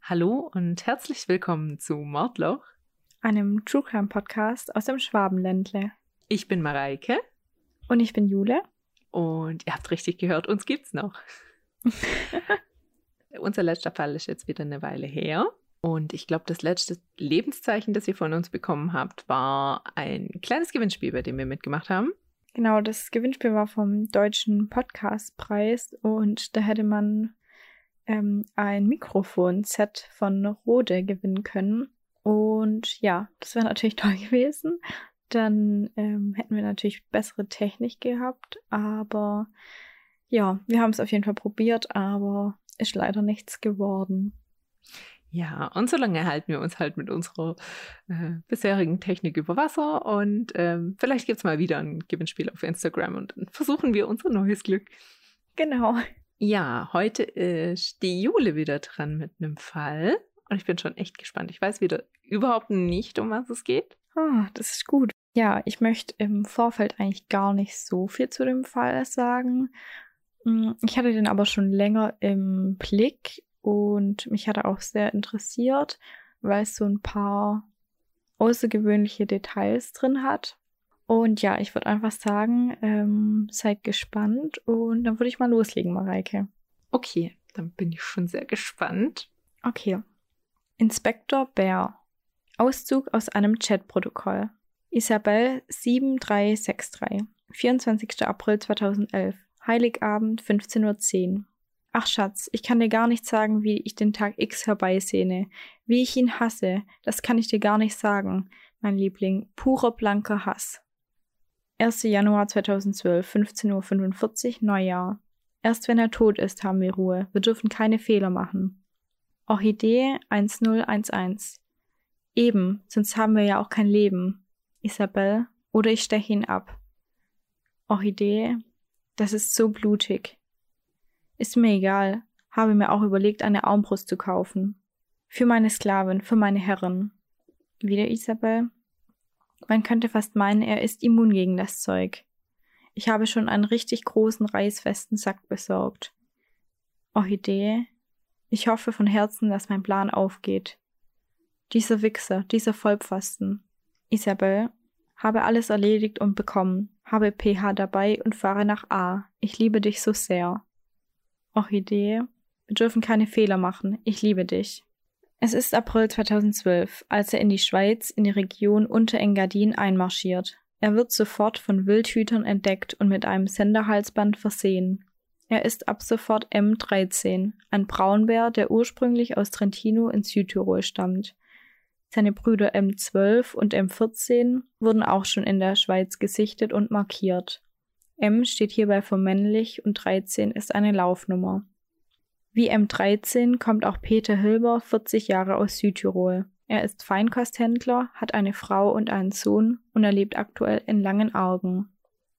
Hallo und herzlich willkommen zu Mordloch, einem True Crime Podcast aus dem Schwabenländle. Ich bin Mareike. Und ich bin Jule. Und ihr habt richtig gehört, uns gibt's noch. Unser letzter Fall ist jetzt wieder eine Weile her. Und ich glaube, das letzte Lebenszeichen, das ihr von uns bekommen habt, war ein kleines Gewinnspiel, bei dem wir mitgemacht haben. Genau, das Gewinnspiel war vom Deutschen Podcastpreis und da hätte man ein Mikrofon-Set von Rode gewinnen können. Und ja, das wäre natürlich toll gewesen. Dann hätten wir natürlich bessere Technik gehabt. Aber ja, wir haben es auf jeden Fall probiert, aber ist leider nichts geworden. Ja, und so lange halten wir uns halt mit unserer bisherigen Technik über Wasser und vielleicht gibt es mal wieder ein Gewinnspiel auf Instagram und dann versuchen wir unser neues Glück. Genau. Ja, heute ist die Jule wieder dran mit einem Fall und ich bin schon echt gespannt. Ich weiß wieder überhaupt nicht, um was es geht. Das ist gut. Ja, ich möchte im Vorfeld eigentlich gar nicht so viel zu dem Fall sagen. Ich hatte den aber schon länger im Blick und mich hat er auch sehr interessiert, weil es so ein paar außergewöhnliche Details drin hat. Und ja, ich würde einfach sagen, seid gespannt und dann würde ich mal loslegen, Mareike. Okay, dann bin ich schon sehr gespannt. Okay. Inspektor Bär. Auszug aus einem Chatprotokoll. Isabel 7363. 24. April 2011. Heiligabend 15:10 Uhr. Ach Schatz, ich kann dir gar nicht sagen, wie ich den Tag X herbeisehne. Wie ich ihn hasse, das kann ich dir gar nicht sagen, mein Liebling. Purer, blanker Hass. 1. Januar 2012, 15:45 Uhr, Neujahr. Erst wenn er tot ist, haben wir Ruhe. Wir dürfen keine Fehler machen. Orchidee 1011. Eben, sonst haben wir ja auch kein Leben. Isabel, oder ich steche ihn ab. Orchidee, das ist so blutig. Ist mir egal, habe mir auch überlegt, eine Armbrust zu kaufen. Für meine Sklavin, für meine Herrin. Wieder Isabel. Man könnte fast meinen, er ist immun gegen das Zeug. Ich habe schon einen richtig großen, reißfesten Sack besorgt. Orchidee, ich hoffe von Herzen, dass mein Plan aufgeht. Dieser Wichser, dieser Vollpfosten. Isabel, habe alles erledigt und bekommen, habe PH dabei und fahre nach A. Ich liebe dich so sehr. Orchidee, wir dürfen keine Fehler machen, ich liebe dich. Es ist April 2012, als er in die Schweiz, in die Region Unterengadin einmarschiert. Er wird sofort von Wildhütern entdeckt und mit einem Senderhalsband versehen. Er ist ab sofort M13, ein Braunbär, der ursprünglich aus Trentino in Südtirol stammt. Seine Brüder M12 und M14 wurden auch schon in der Schweiz gesichtet und markiert. M steht hierbei für männlich und 13 ist eine Laufnummer. Wie M13 kommt auch Peter Hilber, 40 Jahre aus Südtirol. Er ist Feinkosthändler, hat eine Frau und einen Sohn und er lebt aktuell in Langenargen.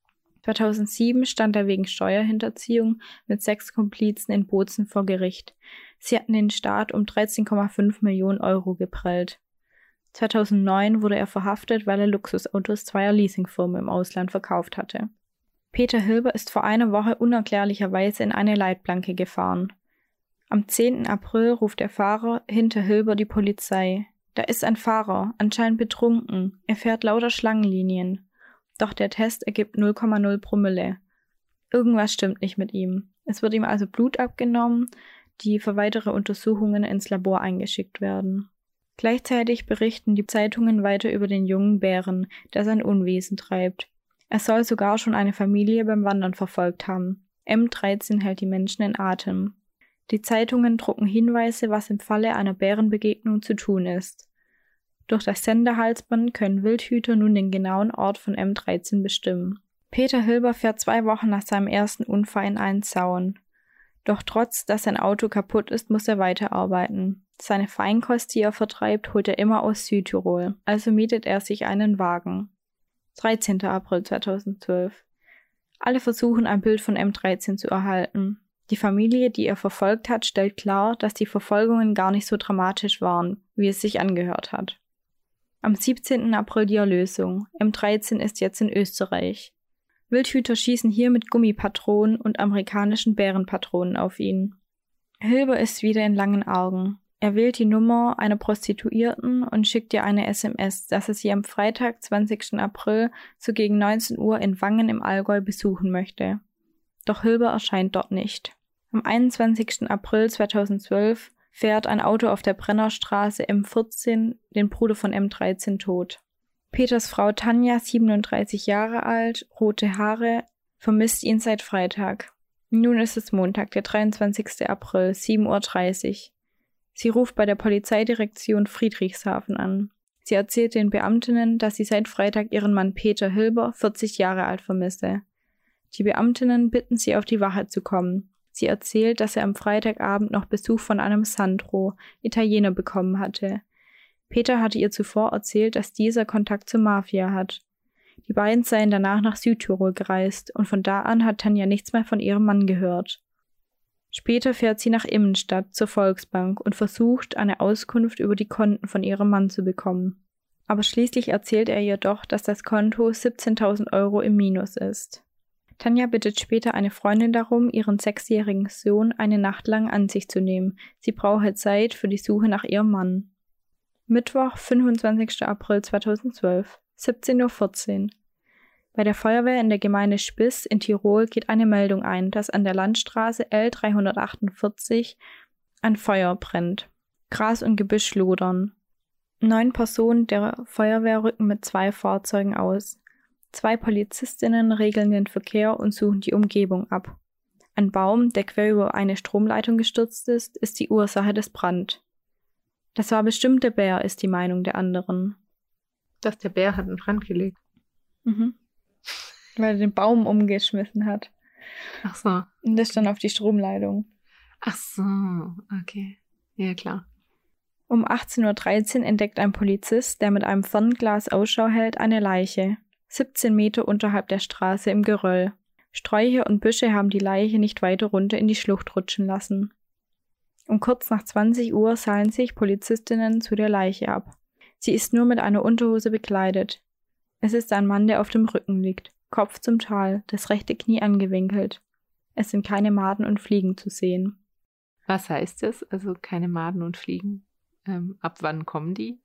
2007 stand er wegen Steuerhinterziehung mit 6 Komplizen in Bozen vor Gericht. Sie hatten den Staat um 13,5 Millionen Euro geprellt. 2009 wurde er verhaftet, weil er Luxusautos zweier Leasingfirmen im Ausland verkauft hatte. Peter Hilber ist vor einer Woche unerklärlicherweise in eine Leitplanke gefahren. Am 10. April ruft der Fahrer hinter Hilber die Polizei. Da ist ein Fahrer, anscheinend betrunken. Er fährt lauter Schlangenlinien. Doch der Test ergibt 0,0 Promille. Irgendwas stimmt nicht mit ihm. Es wird ihm also Blut abgenommen, die für weitere Untersuchungen ins Labor eingeschickt werden. Gleichzeitig berichten die Zeitungen weiter über den jungen Bären, der sein Unwesen treibt. Er soll sogar schon eine Familie beim Wandern verfolgt haben. M13 hält die Menschen in Atem. Die Zeitungen drucken Hinweise, was im Falle einer Bärenbegegnung zu tun ist. Durch das Senderhalsband können Wildhüter nun den genauen Ort von M13 bestimmen. Peter Hilber fährt 2 Wochen nach seinem ersten Unfall in einen Zaun. Doch trotz, dass sein Auto kaputt ist, muss er weiterarbeiten. Seine Feinkost, die er vertreibt, holt er immer aus Südtirol, also mietet er sich einen Wagen. 13. April 2012. Alle versuchen, ein Bild von M13 zu erhalten. Die Familie, die er verfolgt hat, stellt klar, dass die Verfolgungen gar nicht so dramatisch waren, wie es sich angehört hat. Am 17. April die Erlösung. M13 ist jetzt in Österreich. Wildhüter schießen hier mit Gummipatronen und amerikanischen Bärenpatronen auf ihn. Hilber ist wieder in Langenargen. Er wählt die Nummer einer Prostituierten und schickt ihr eine SMS, dass er sie am Freitag, 20. April, so gegen 19 Uhr in Wangen im Allgäu besuchen möchte. Doch Hilber erscheint dort nicht. Am 21. April 2012 fährt ein Auto auf der Brennerstraße M14 den Bruder von M13 tot. Peters Frau Tanja, 37 Jahre alt, rote Haare, vermisst ihn seit Freitag. Nun ist es Montag, der 23. April, 7:30 Uhr. Sie ruft bei der Polizeidirektion Friedrichshafen an. Sie erzählt den Beamtinnen, dass sie seit Freitag ihren Mann Peter Hilber, 40 Jahre alt, vermisse. Die Beamtinnen bitten sie, auf die Wache zu kommen. Sie erzählt, dass er am Freitagabend noch Besuch von einem Sandro, Italiener, bekommen hatte. Peter hatte ihr zuvor erzählt, dass dieser Kontakt zur Mafia hat. Die beiden seien danach nach Südtirol gereist und von da an hat Tanja nichts mehr von ihrem Mann gehört. Später fährt sie nach Immenstadt zur Volksbank und versucht, eine Auskunft über die Konten von ihrem Mann zu bekommen. Aber schließlich erzählt er ihr doch, dass das Konto 17.000 Euro im Minus ist. Tanja bittet später eine Freundin darum, ihren 6-jährigen Sohn eine Nacht lang an sich zu nehmen. Sie brauche Zeit für die Suche nach ihrem Mann. Mittwoch, 25. April 2012, 17:14 Uhr. Bei der Feuerwehr in der Gemeinde Spiss in Tirol geht eine Meldung ein, dass an der Landstraße L348 ein Feuer brennt. Gras und Gebüsch lodern. 9 Personen der Feuerwehr rücken mit 2 Fahrzeugen aus. 2 Polizistinnen regeln den Verkehr und suchen die Umgebung ab. Ein Baum, der quer über eine Stromleitung gestürzt ist die Ursache des Brands. Das war bestimmt der Bär, ist die Meinung der anderen. Dass der Bär hat einen Brand gelegt. Mhm. Weil er den Baum umgeschmissen hat. Ach so. Und das dann auf die Stromleitung. Ach so, okay. Ja, klar. Um 18:13 Uhr entdeckt ein Polizist, der mit einem Fernglas Ausschau hält, eine Leiche. 17 Meter unterhalb der Straße im Geröll. Sträucher und Büsche haben die Leiche nicht weiter runter in die Schlucht rutschen lassen. Um kurz nach 20 Uhr seilen sich Polizistinnen zu der Leiche ab. Sie ist nur mit einer Unterhose bekleidet. Es ist ein Mann, der auf dem Rücken liegt, Kopf zum Tal, das rechte Knie angewinkelt. Es sind keine Maden und Fliegen zu sehen. Was heißt das? Also keine Maden und Fliegen? Ab wann kommen die?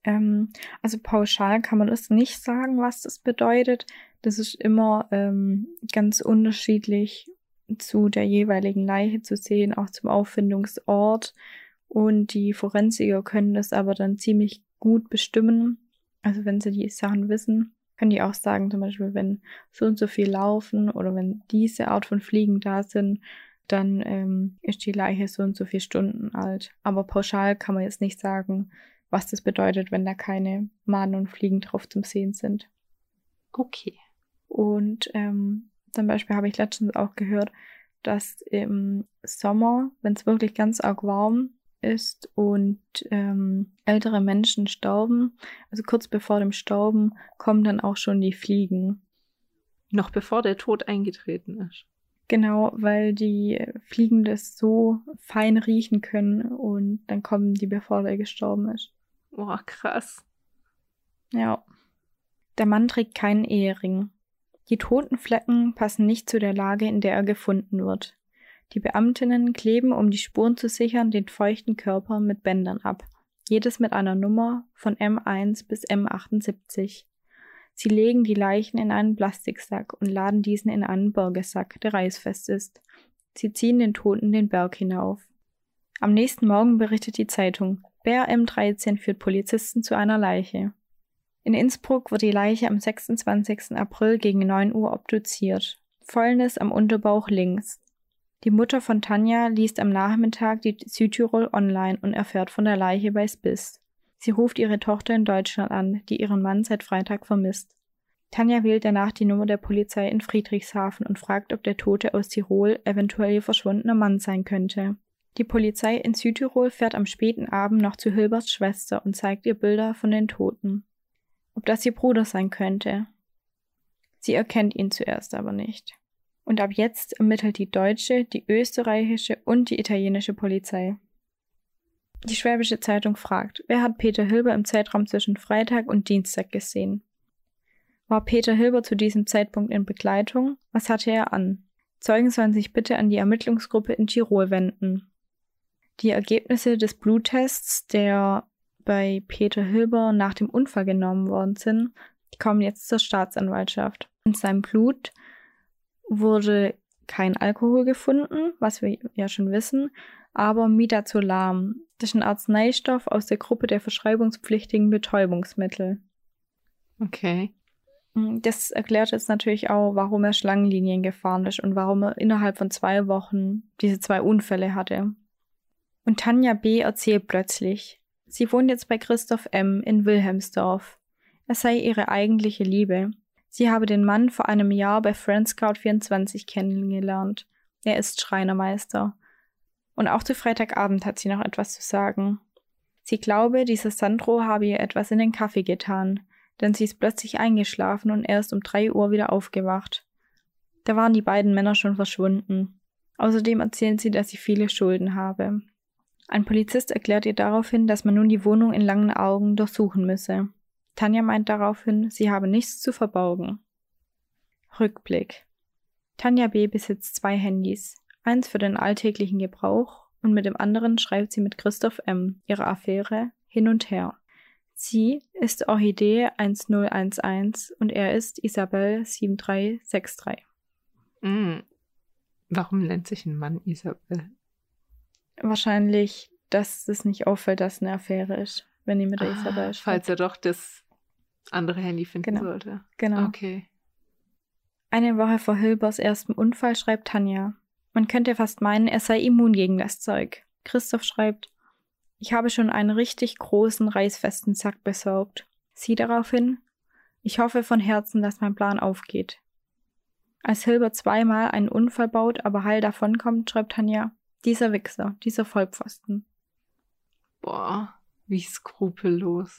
Also pauschal kann man das nicht sagen, was das bedeutet. Das ist immer ganz unterschiedlich zu der jeweiligen Leiche zu sehen, auch zum Auffindungsort. Und die Forensiker können das aber dann ziemlich gut bestimmen. Also wenn sie die Sachen wissen, können die auch sagen, zum Beispiel, wenn so und so viel laufen oder wenn diese Art von Fliegen da sind, dann ist die Leiche so und so viele Stunden alt. Aber pauschal kann man jetzt nicht sagen, was das bedeutet, wenn da keine Maden und Fliegen drauf zum Sehen sind. Okay. Und zum Beispiel habe ich letztens auch gehört, dass im Sommer, wenn es wirklich ganz arg warm ist und ältere Menschen sterben, also kurz bevor dem Sterben, kommen dann auch schon die Fliegen. Noch bevor der Tod eingetreten ist. Genau, weil die Fliegen das so fein riechen können und dann kommen die, bevor der gestorben ist. Boah, krass. Ja. Der Mann trägt keinen Ehering. Die toten Flecken passen nicht zu der Lage, in der er gefunden wird. Die Beamtinnen kleben, um die Spuren zu sichern, den feuchten Körper mit Bändern ab. Jedes mit einer Nummer von M1 bis M78. Sie legen die Leichen in einen Plastiksack und laden diesen in einen Bergesack, der reißfest ist. Sie ziehen den Toten den Berg hinauf. Am nächsten Morgen berichtet die Zeitung: Bär M13 führt Polizisten zu einer Leiche. In Innsbruck wird die Leiche am 26. April gegen 9 Uhr obduziert. Fäulnis am Unterbauch links. Die Mutter von Tanja liest am Nachmittag die Südtirol Online und erfährt von der Leiche bei Spiss. Sie ruft ihre Tochter in Deutschland an, die ihren Mann seit Freitag vermisst. Tanja wählt danach die Nummer der Polizei in Friedrichshafen und fragt, ob der Tote aus Tirol eventuell ihr verschwundener Mann sein könnte. Die Polizei in Südtirol fährt am späten Abend noch zu Hilberts Schwester und zeigt ihr Bilder von den Toten. Ob das ihr Bruder sein könnte. Sie erkennt ihn zuerst aber nicht. Und ab jetzt ermittelt die deutsche, die österreichische und die italienische Polizei. Die Schwäbische Zeitung fragt, wer hat Peter Hilber im Zeitraum zwischen Freitag und Dienstag gesehen? War Peter Hilber zu diesem Zeitpunkt in Begleitung? Was hatte er an? Zeugen sollen sich bitte an die Ermittlungsgruppe in Tirol wenden. Die Ergebnisse des Bluttests, der bei Peter Hilber nach dem Unfall genommen worden sind, die kommen jetzt zur Staatsanwaltschaft. In seinem Blut wurde kein Alkohol gefunden, was wir ja schon wissen, aber Midazolam. Das ist ein Arzneistoff aus der Gruppe der verschreibungspflichtigen Betäubungsmittel. Okay. Das erklärt jetzt natürlich auch, warum er Schlangenlinien gefahren ist und warum er innerhalb von 2 Wochen diese 2 Unfälle hatte. Und Tanja B. erzählt plötzlich, sie wohnt jetzt bei Christoph M. in Wilhelmsdorf. Er sei ihre eigentliche Liebe. Sie habe den Mann vor einem Jahr bei Friendscout24 kennengelernt. Er ist Schreinermeister. Und auch zu Freitagabend hat sie noch etwas zu sagen. Sie glaube, dieser Sandro habe ihr etwas in den Kaffee getan, denn sie ist plötzlich eingeschlafen und erst um 3 Uhr wieder aufgewacht. Da waren die beiden Männer schon verschwunden. Außerdem erzählen sie, dass sie viele Schulden habe. Ein Polizist erklärt ihr daraufhin, dass man nun die Wohnung in Langenargen durchsuchen müsse. Tanja meint daraufhin, sie habe nichts zu verborgen. Rückblick. Tanja B. besitzt 2 Handys. Eins für den alltäglichen Gebrauch und mit dem anderen schreibt sie mit Christoph M. ihre Affäre hin und her. Sie ist Orchidee 1011 und er ist Isabel 7363. Warum nennt sich ein Mann Isabel? Wahrscheinlich, dass es nicht auffällt, dass es eine Affäre ist, wenn die mit der Isabel schreibt. Falls er doch das andere Handy finden sollte. Genau. Okay. Eine Woche vor Hilbers erstem Unfall schreibt Tanja. Man könnte fast meinen, er sei immun gegen das Zeug. Christoph schreibt, ich habe schon einen richtig großen, reißfesten Sack besorgt. Sie daraufhin, ich hoffe von Herzen, dass mein Plan aufgeht. Als Hilber 2-mal einen Unfall baut, aber heil davonkommt, schreibt Tanja, dieser Wichser, dieser Vollpfosten. Boah, wie skrupellos.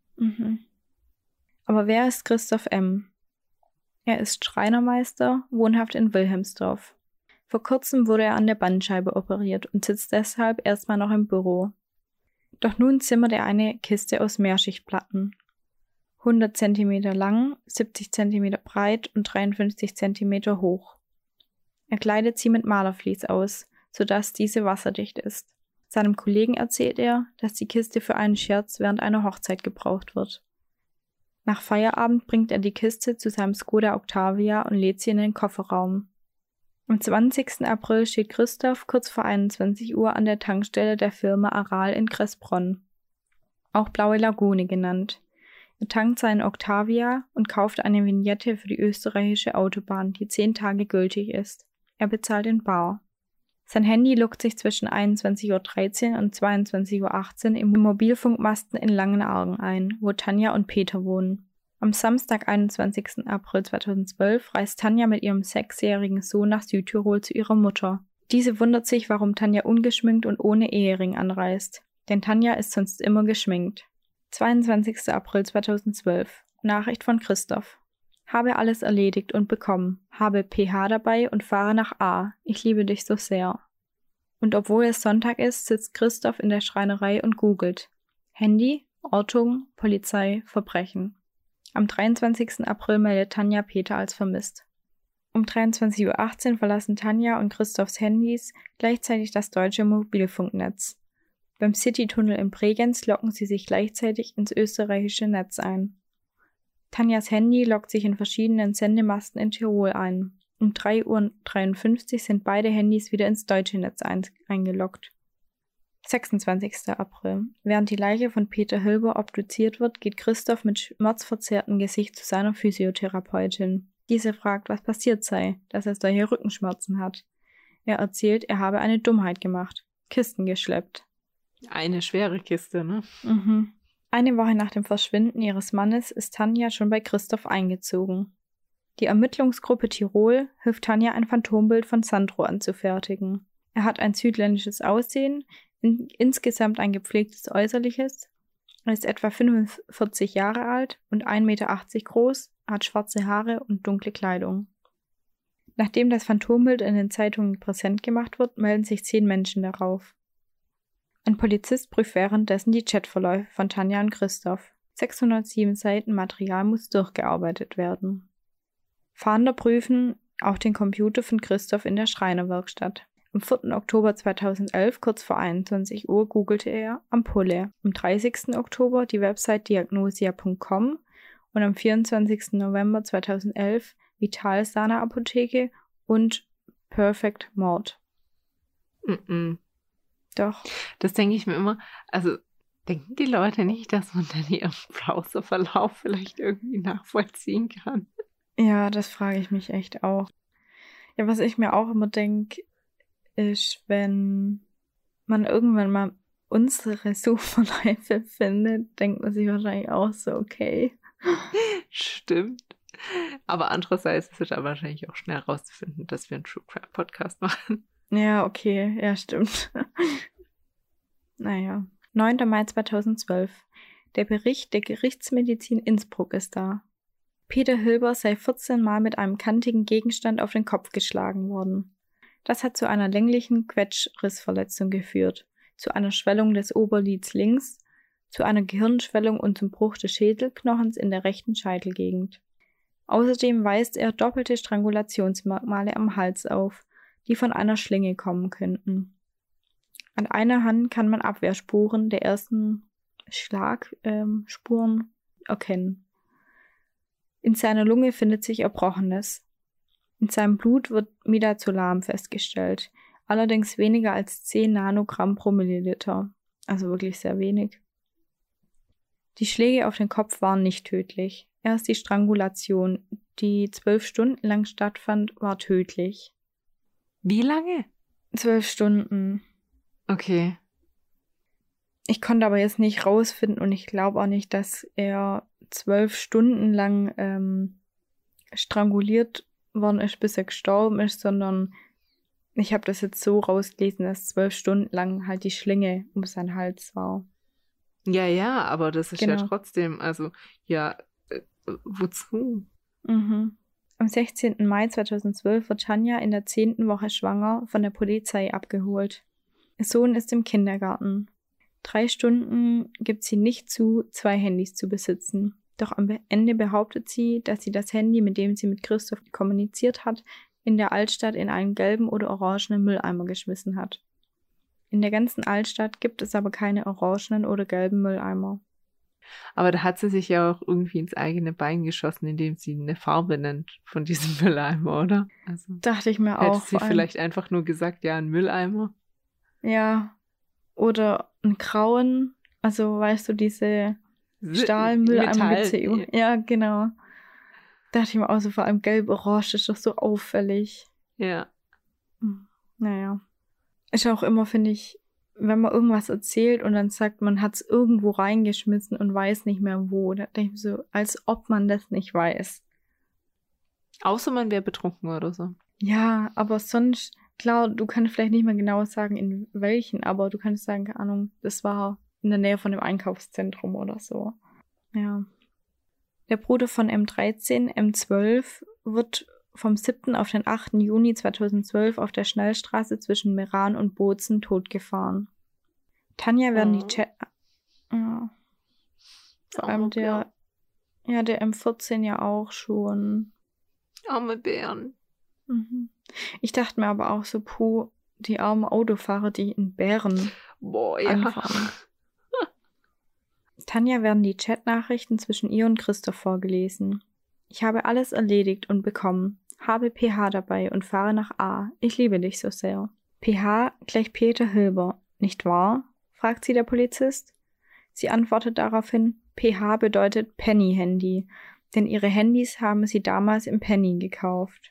Aber wer ist Christoph M.? Er ist Schreinermeister, wohnhaft in Wilhelmsdorf. Vor kurzem wurde er an der Bandscheibe operiert und sitzt deshalb erstmal noch im Büro. Doch nun zimmert er eine Kiste aus Mehrschichtplatten. 100 cm lang, 70 cm breit und 53 cm hoch. Er kleidet sie mit Malervlies aus, sodass diese wasserdicht ist. Seinem Kollegen erzählt er, dass die Kiste für einen Scherz während einer Hochzeit gebraucht wird. Nach Feierabend bringt er die Kiste zu seinem Skoda Octavia und lädt sie in den Kofferraum. Am 20. April steht Christoph kurz vor 21 Uhr an der Tankstelle der Firma Aral in Kressbronn, auch Blaue Lagune genannt. Er tankt seinen Octavia und kauft eine Vignette für die österreichische Autobahn, die 10 Tage gültig ist. Er bezahlt in bar. Sein Handy lockt sich zwischen 21:13 Uhr und 22:18 Uhr im Mobilfunkmasten in Langenargen ein, wo Tanja und Peter wohnen. Am Samstag, 21. April 2012, reist Tanja mit ihrem 6-jährigen Sohn nach Südtirol zu ihrer Mutter. Diese wundert sich, warum Tanja ungeschminkt und ohne Ehering anreist, denn Tanja ist sonst immer geschminkt. 22. April 2012. Nachricht von Christoph. Habe alles erledigt und bekommen. Habe PH dabei und fahre nach A. Ich liebe dich so sehr. Und obwohl es Sonntag ist, sitzt Christoph in der Schreinerei und googelt. Handy, Ortung, Polizei, Verbrechen. Am 23. April meldet Tanja Peter als vermisst. Um 23:18 Uhr verlassen Tanja und Christophs Handys gleichzeitig das deutsche Mobilfunknetz. Beim Citytunnel in Bregenz locken sie sich gleichzeitig ins österreichische Netz ein. Tanjas Handy loggt sich in verschiedenen Sendemasten in Tirol ein. Um 3:53 Uhr sind beide Handys wieder ins deutsche Netz eingeloggt. 26. April. Während die Leiche von Peter Hilber obduziert wird, geht Christoph mit schmerzverzerrtem Gesicht zu seiner Physiotherapeutin. Diese fragt, was passiert sei, dass er solche Rückenschmerzen hat. Er erzählt, er habe eine Dummheit gemacht. Kisten geschleppt. Eine schwere Kiste, ne? Eine Woche nach dem Verschwinden ihres Mannes ist Tanja schon bei Christoph eingezogen. Die Ermittlungsgruppe Tirol hilft Tanja, ein Phantombild von Sandro anzufertigen. Er hat ein südländisches Aussehen, insgesamt ein gepflegtes Äußerliches. Er ist etwa 45 Jahre alt und 1,80 Meter groß, hat schwarze Haare und dunkle Kleidung. Nachdem das Phantombild in den Zeitungen präsent gemacht wird, melden sich 10 Menschen darauf. Ein Polizist prüft währenddessen die Chatverläufe von Tanja und Christoph. 607 Seiten Material muss durchgearbeitet werden. Fahnder prüfen auch den Computer von Christoph in der Schreinerwerkstatt. Am 4. Oktober 2011, kurz vor 21 Uhr, googelte er Ampulle. Am 30. Oktober die Website diagnosia.com und am 24. November 2011 Vitalsana Apotheke und Perfect Mord. Doch. Das denke ich mir immer. Also denken die Leute nicht, dass man dann ihren Browserverlauf vielleicht irgendwie nachvollziehen kann? Ja, das frage ich mich echt auch. Ja, was ich mir auch immer denke, ist, wenn man irgendwann mal unsere Suchverläufe findet, denkt man sich wahrscheinlich auch so, okay. Stimmt. Aber andererseits ist es ja wahrscheinlich auch schnell herauszufinden, dass wir einen True Crime Podcast machen. Ja, okay, ja, stimmt. Naja. 9. Mai 2012. Der Bericht der Gerichtsmedizin Innsbruck ist da. Peter Hilber sei 14 Mal mit einem kantigen Gegenstand auf den Kopf geschlagen worden. Das hat zu einer länglichen Quetschrissverletzung geführt, zu einer Schwellung des Oberlids links, zu einer Gehirnschwellung und zum Bruch des Schädelknochens in der rechten Scheitelgegend. Außerdem weist er doppelte Strangulationsmerkmale am Hals auf, die von einer Schlinge kommen könnten. An einer Hand kann man Abwehrspuren der ersten Schlagspuren erkennen. In seiner Lunge findet sich Erbrochenes. In seinem Blut wird Midazolam festgestellt, allerdings weniger als 10 Nanogramm pro Milliliter, also wirklich sehr wenig. Die Schläge auf den Kopf waren nicht tödlich. Erst die Strangulation, die 12 Stunden lang stattfand, war tödlich. Wie lange? 12 Stunden. Okay. Ich konnte aber jetzt nicht rausfinden und ich glaube auch nicht, dass er 12 Stunden lang stranguliert worden ist, bis er gestorben ist, sondern ich habe das jetzt so rausgelesen, dass 12 Stunden lang halt die Schlinge um seinen Hals war. Ja, aber das ist Genau. ja trotzdem, also, ja, wozu? Mhm. Am 16. Mai 2012 wird Tanja in der 10. Woche schwanger von der Polizei abgeholt. Ihr Sohn ist im Kindergarten. 3 Stunden gibt sie nicht zu, 2 Handys zu besitzen. Doch am Ende behauptet sie, dass sie das Handy, mit dem sie mit Christoph kommuniziert hat, in der Altstadt in einen gelben oder orangenen Mülleimer geschmissen hat. In der ganzen Altstadt gibt es aber keine orangenen oder gelben Mülleimer. Aber da hat sie sich ja auch irgendwie ins eigene Bein geschossen, indem sie eine Farbe nennt von diesem Mülleimer, oder? Also, Dachte ich mir hätte auch. sie vor allem- vielleicht einfach nur gesagt, ja, ein Mülleimer. Ja. Oder ein grauen, also weißt du, diese Stahlmülleimer gibt's ja immer. Ja, genau. Dachte ich mir auch so, vor allem gelb-orange ist doch so auffällig. Ja. Naja. Ist auch immer, finde ich, wenn man irgendwas erzählt und dann sagt, man hat es irgendwo reingeschmissen und weiß nicht mehr wo. Da denke ich mir so, als ob man das nicht weiß. Außer man wäre betrunken oder so. Ja, aber sonst, klar, du kannst vielleicht nicht mehr genau sagen, in welchen, aber du kannst sagen, keine Ahnung, das war in der Nähe von dem Einkaufszentrum oder so. Ja. Der Bruder von M13, M12, wird vom 7. auf den 8. Juni 2012 auf der Schnellstraße zwischen Meran und Bozen totgefahren. Tanja werden die ja. Vor allem der M14 ja auch schon. Arme Bären. Mhm. Ich dachte mir aber auch so, puh, die armen Autofahrer, die in Bären anfahren. Tanja werden die Chatnachrichten zwischen ihr und Christoph vorgelesen. Ich habe alles erledigt und bekommen. Habe PH dabei und fahre nach A. Ich liebe dich so sehr. PH gleich Peter Hilber, nicht wahr? Fragt sie der Polizist. Sie antwortet daraufhin, PH bedeutet Penny-Handy, denn ihre Handys haben sie damals im Penny gekauft.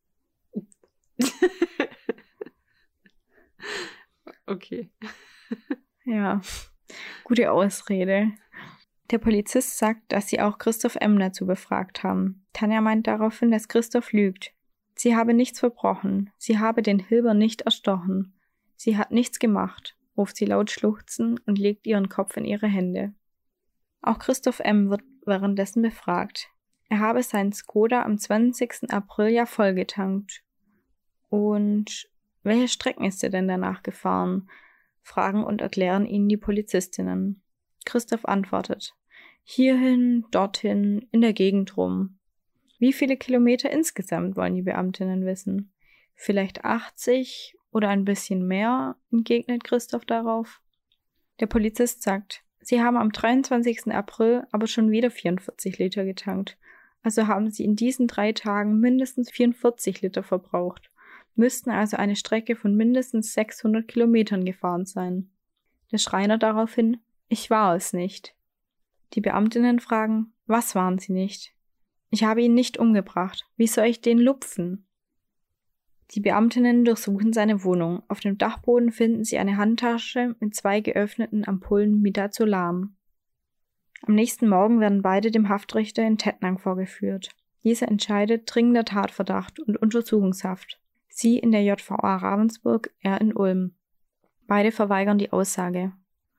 Okay. Ja, gute Ausrede. Der Polizist sagt, dass sie auch Christoph M. dazu befragt haben. Tanja meint daraufhin, dass Christoph lügt. Sie habe nichts verbrochen. Sie habe den Hilber nicht erstochen. Sie hat nichts gemacht, ruft sie laut schluchzend und legt ihren Kopf in ihre Hände. Auch Christoph M. wird währenddessen befragt. Er habe seinen Skoda am 20. April ja vollgetankt. Und welche Strecken ist er denn danach gefahren? Fragen und erklären ihnen die Polizistinnen. Christoph antwortet, hierhin, dorthin, in der Gegend rum. Wie viele Kilometer insgesamt wollen die Beamtinnen wissen? Vielleicht 80 oder ein bisschen mehr, entgegnet Christoph darauf. Der Polizist sagt, sie haben am 23. April aber schon wieder 44 Liter getankt. Also haben sie in diesen 3 Tagen mindestens 44 Liter verbraucht, müssten also eine Strecke von mindestens 600 Kilometern gefahren sein. Der Schreiner daraufhin, ich war es nicht. Die Beamtinnen fragen, was waren sie nicht? Ich habe ihn nicht umgebracht. Wie soll ich den lupfen? Die Beamtinnen durchsuchen seine Wohnung. Auf dem Dachboden finden sie eine Handtasche mit 2 geöffneten Ampullen Midazolam. Am nächsten Morgen werden beide dem Haftrichter in Tettnang vorgeführt. Dieser entscheidet dringender Tatverdacht und Untersuchungshaft. Sie in der JVA Ravensburg, er in Ulm. Beide verweigern die Aussage.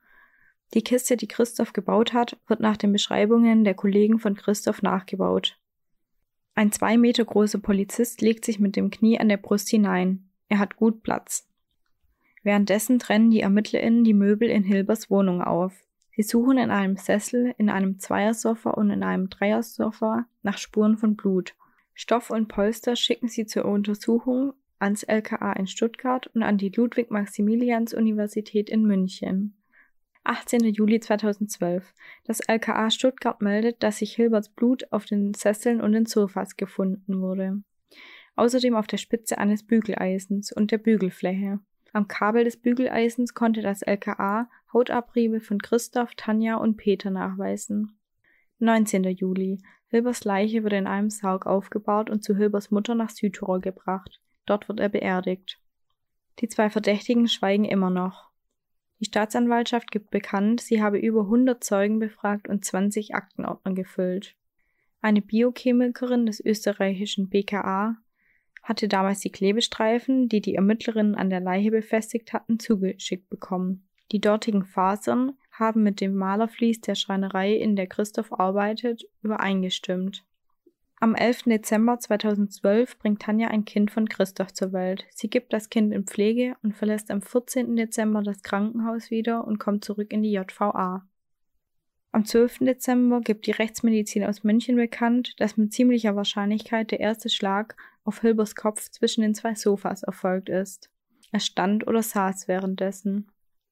Die Kiste, die Christoph gebaut hat, wird nach den Beschreibungen der Kollegen von Christoph nachgebaut. Ein 2 Meter großer Polizist legt sich mit dem Knie an der Brust hinein. Er hat gut Platz. Währenddessen trennen die ErmittlerInnen die Möbel in Hilbers Wohnung auf. Sie suchen in einem Sessel, in einem Zweiersofa und in einem Dreiersofa nach Spuren von Blut. Stoff und Polster schicken sie zur Untersuchung ans LKA in Stuttgart und an die Ludwig-Maximilians-Universität in München. 18. Juli 2012. Das LKA Stuttgart meldet, dass sich Hilberts Blut auf den Sesseln und den Sofas gefunden wurde. Außerdem auf der Spitze eines Bügeleisens und der Bügelfläche. Am Kabel des Bügeleisens konnte das LKA Hautabriebe von Christoph, Tanja und Peter nachweisen. 19. Juli. Hilbers Leiche wurde in einem Sarg aufgebahrt und zu Hilbers Mutter nach Südtirol gebracht. Dort wird er beerdigt. Die 2 Verdächtigen schweigen immer noch. Die Staatsanwaltschaft gibt bekannt, sie habe über 100 Zeugen befragt und 20 Aktenordner gefüllt. Eine Biochemikerin des österreichischen BKA hatte damals die Klebestreifen, die die Ermittlerinnen an der Leiche befestigt hatten, zugeschickt bekommen. Die dortigen Fasern haben mit dem Malervlies der Schreinerei, in der Christoph arbeitet, übereingestimmt. Am 11. Dezember 2012 bringt Tanja ein Kind von Christoph zur Welt. Sie gibt das Kind in Pflege und verlässt am 14. Dezember das Krankenhaus wieder und kommt zurück in die JVA. Am 12. Dezember gibt die Rechtsmedizin aus München bekannt, dass mit ziemlicher Wahrscheinlichkeit der erste Schlag auf Hilbers Kopf zwischen den 2 Sofas erfolgt ist. Er stand oder saß währenddessen.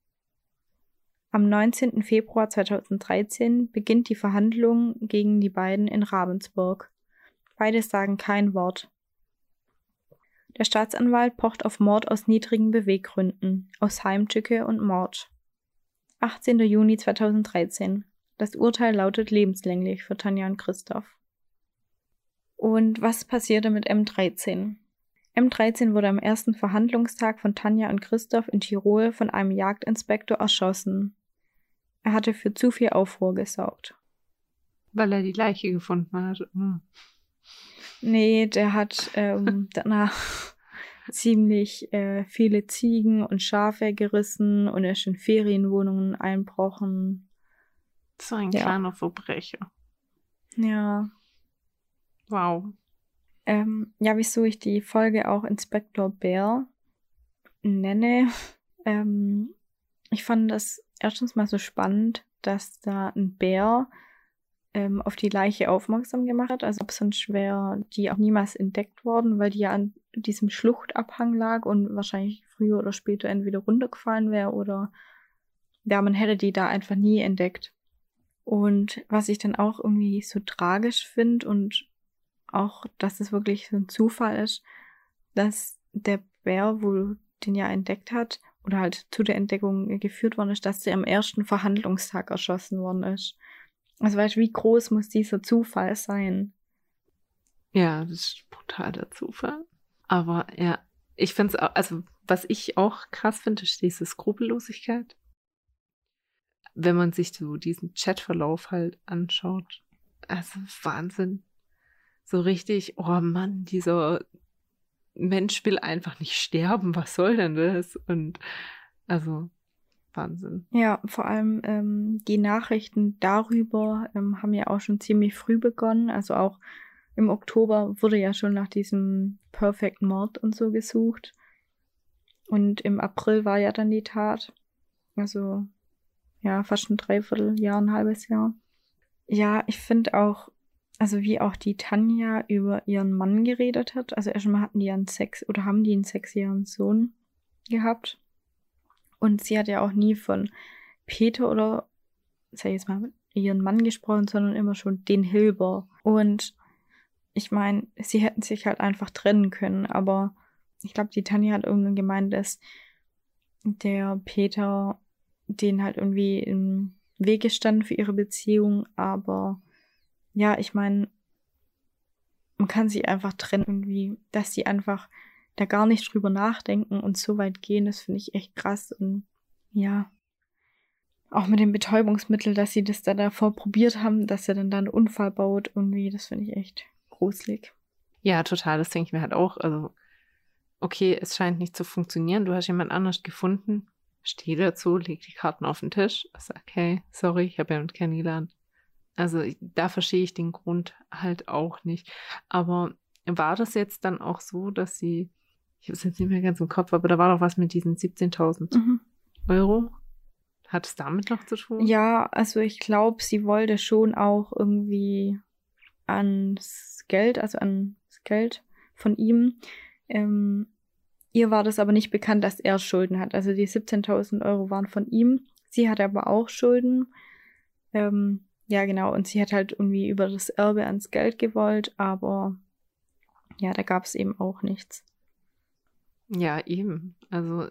Am 19. Februar 2013 beginnt die Verhandlung gegen die beiden in Ravensburg. Beide sagen kein Wort. Der Staatsanwalt pocht auf Mord aus niedrigen Beweggründen, aus Heimtücke und Mord. 18. Juni 2013. Das Urteil lautet lebenslänglich für Tanja und Christoph. Und was passierte mit M13? M13 wurde am ersten Verhandlungstag von Tanja und Christoph in Tirol von einem Jagdinspektor erschossen. Er hatte für zu viel Aufruhr gesorgt. Weil er die Leiche gefunden hat. Nee, der hat danach ziemlich viele Ziegen und Schafe gerissen und er ist in Ferienwohnungen einbrochen. So ein kleiner Verbrecher. Ja. Wow. Ja, wieso ich die Folge auch Inspektor Bär nenne. Ich fand das erstens mal so spannend, dass da ein Bär auf die Leiche aufmerksam gemacht hat. Also sonst wäre die auch niemals entdeckt worden, weil die ja an diesem Schluchtabhang lag und wahrscheinlich früher oder später entweder runtergefallen wäre oder ja, man hätte die da einfach nie entdeckt. Und was ich dann auch irgendwie so tragisch finde und auch, dass es wirklich so ein Zufall ist, dass der Bär wohl den ja entdeckt hat oder halt zu der Entdeckung geführt worden ist, dass der am ersten Verhandlungstag erschossen worden ist. Also weißt du, wie groß muss dieser Zufall sein? Ja, das ist brutaler Zufall. Aber ja, ich finde es auch, also was ich auch krass finde, ist diese Skrupellosigkeit. Wenn man sich so diesen Chatverlauf halt anschaut. Also Wahnsinn. So richtig, oh Mann, dieser Mensch will einfach nicht sterben. Was soll denn das? Und also Wahnsinn. Ja, vor allem die Nachrichten darüber haben ja auch schon ziemlich früh begonnen. Also auch im Oktober wurde ja schon nach diesem Perfect Mord und so gesucht. Und im April war ja dann die Tat. Also ja, fast ein Dreivierteljahr, ein halbes Jahr. Ja, ich finde auch, also wie auch die Tanja über ihren Mann geredet hat. Also erstmal hatten die ja einen haben die einen 6-jährigen Sohn. gehabt. Und sie hat ja auch nie von Peter oder, sag ich jetzt mal, ihren Mann gesprochen, sondern immer schon den Hilber. Und ich meine, sie hätten sich halt einfach trennen können, aber ich glaube, die Tanja hat irgendwann gemeint, dass der Peter den halt irgendwie im Weg gestanden für ihre Beziehung, aber ja, ich meine, man kann sich einfach trennen irgendwie, dass die einfach da gar nicht drüber nachdenken und so weit gehen, das finde ich echt krass und ja, auch mit dem Betäubungsmittel, dass sie das da davor probiert haben, dass er dann da einen Unfall baut, irgendwie, das finde ich echt gruselig. Ja, total, das denke ich mir halt auch. Also, okay, es scheint nicht zu funktionieren, du hast jemand anders gefunden, steh dazu, leg die Karten auf den Tisch, sag, okay, sorry, ich habe jemanden kennengelernt. Also, da verstehe ich den Grund halt auch nicht. Aber war das jetzt dann auch so, dass sie, ich habe es jetzt nicht mehr ganz im Kopf, aber da war doch was mit diesen 17.000 Euro? Hat es damit noch zu tun? Ja, also ich glaube, sie wollte schon auch irgendwie ans Geld, also an das Geld von ihm. Ihr war das aber nicht bekannt, dass er Schulden hat. Also die 17.000 Euro waren von ihm. Sie hatte aber auch Schulden. Ja, genau. Und sie hat halt irgendwie über das Erbe ans Geld gewollt, aber ja, da gab es eben auch nichts. Ja, eben. Also,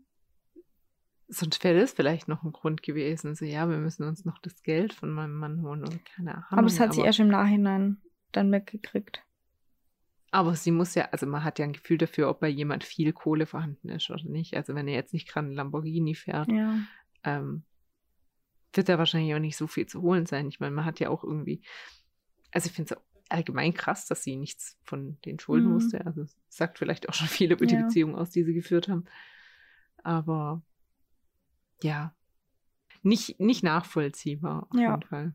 sonst wäre das vielleicht noch ein Grund gewesen. So, ja, wir müssen uns noch das Geld von meinem Mann holen oder keine Ahnung. Aber das hat sie erst im Nachhinein dann mitgekriegt. Aber sie muss ja, also man hat ja ein Gefühl dafür, ob bei jemand viel Kohle vorhanden ist oder nicht. Also wenn er jetzt nicht gerade einen Lamborghini fährt, Ja. wird da wahrscheinlich auch nicht so viel zu holen sein. Ich meine, man hat ja auch irgendwie, also ich finde es allgemein krass, dass sie nichts von den Schulden wusste. Also es sagt vielleicht auch schon viel über die Beziehung aus, die sie geführt haben. Aber ja, nicht nachvollziehbar auf jeden Fall.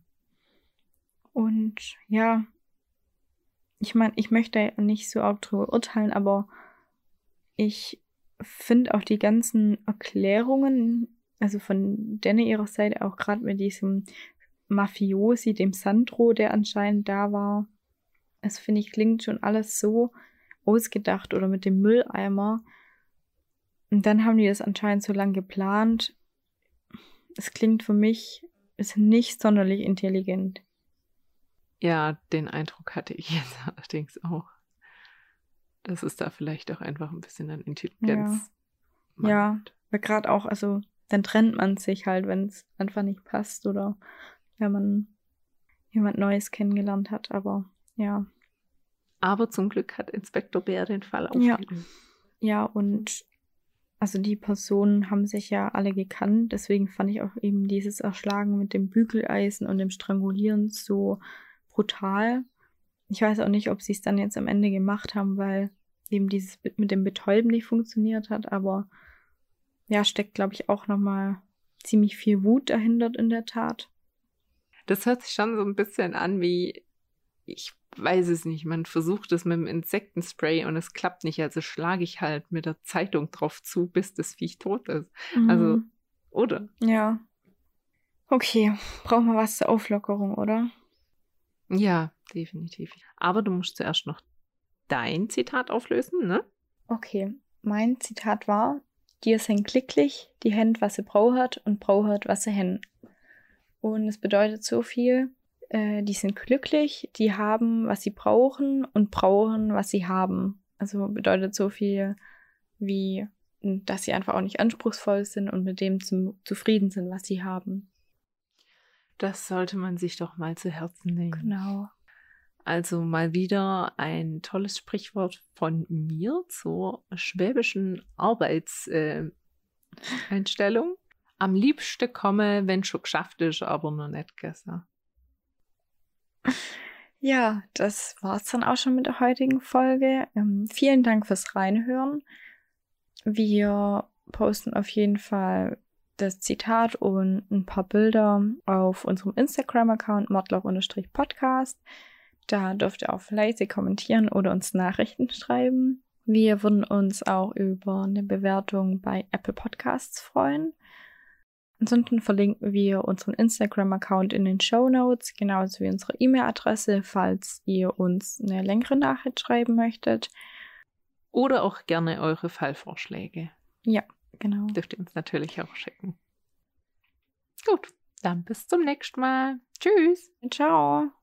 Und ja, ich meine, ich möchte nicht so arg drüber urteilen, aber ich finde auch die ganzen Erklärungen, also von Danny ihrer Seite, auch gerade mit diesem Mafiosi, dem Sandro, der anscheinend da war, das finde ich, klingt schon alles so ausgedacht oder mit dem Mülleimer. Und dann haben die das anscheinend so lange geplant. Es klingt für mich, ist nicht sonderlich intelligent. Ja, den Eindruck hatte ich jetzt allerdings auch. Dass es da vielleicht auch einfach ein bisschen an Intelligenz mangelt. Ja, weil gerade auch, also dann trennt man sich halt, wenn es einfach nicht passt oder wenn man jemand Neues kennengelernt hat, aber ja. Aber zum Glück hat Inspektor Bär den Fall aufgelöst. Ja, und also die Personen haben sich ja alle gekannt, deswegen fand ich auch eben dieses Erschlagen mit dem Bügeleisen und dem Strangulieren so brutal. Ich weiß auch nicht, ob sie es dann jetzt am Ende gemacht haben, weil eben dieses mit dem Betäuben nicht funktioniert hat, aber ja, steckt, glaube ich, auch nochmal ziemlich viel Wut dahinter in der Tat. Das hört sich schon so ein bisschen an wie, ich weiß es nicht, man versucht es mit dem Insektenspray und es klappt nicht, also schlage ich halt mit der Zeitung drauf zu, bis das Viech tot ist. Also, oder? Ja. Okay, brauchen wir was zur Auflockerung, oder? Ja, definitiv. Aber du musst zuerst noch dein Zitat auflösen, ne? Okay, mein Zitat war: Dir sind glücklich, die Hände, was sie braucht, und braucht, was sie hen. Und es bedeutet so viel, die sind glücklich, die haben, was sie brauchen, und brauchen, was sie haben. Also bedeutet so viel wie, dass sie einfach auch nicht anspruchsvoll sind und mit dem zufrieden sind, was sie haben. Das sollte man sich doch mal zu Herzen nehmen. Genau. Also mal wieder ein tolles Sprichwort von mir zur schwäbischen Arbeitseinstellung. Am liebsten komme, wenn schon geschafft ist, aber noch nicht gegessen. Ja, das war's dann auch schon mit der heutigen Folge. Vielen Dank fürs Reinhören. Wir posten auf jeden Fall das Zitat und ein paar Bilder auf unserem Instagram-Account mordloch_podcast. Da dürft ihr auch fleißig kommentieren oder uns Nachrichten schreiben. Wir würden uns auch über eine Bewertung bei Apple Podcasts freuen. Ansonsten verlinken wir unseren Instagram-Account in den Shownotes, genauso wie unsere E-Mail-Adresse, falls ihr uns eine längere Nachricht schreiben möchtet. Oder auch gerne eure Fallvorschläge. Ja, genau. Dürft ihr uns natürlich auch schicken. Gut, dann bis zum nächsten Mal. Tschüss. Ciao.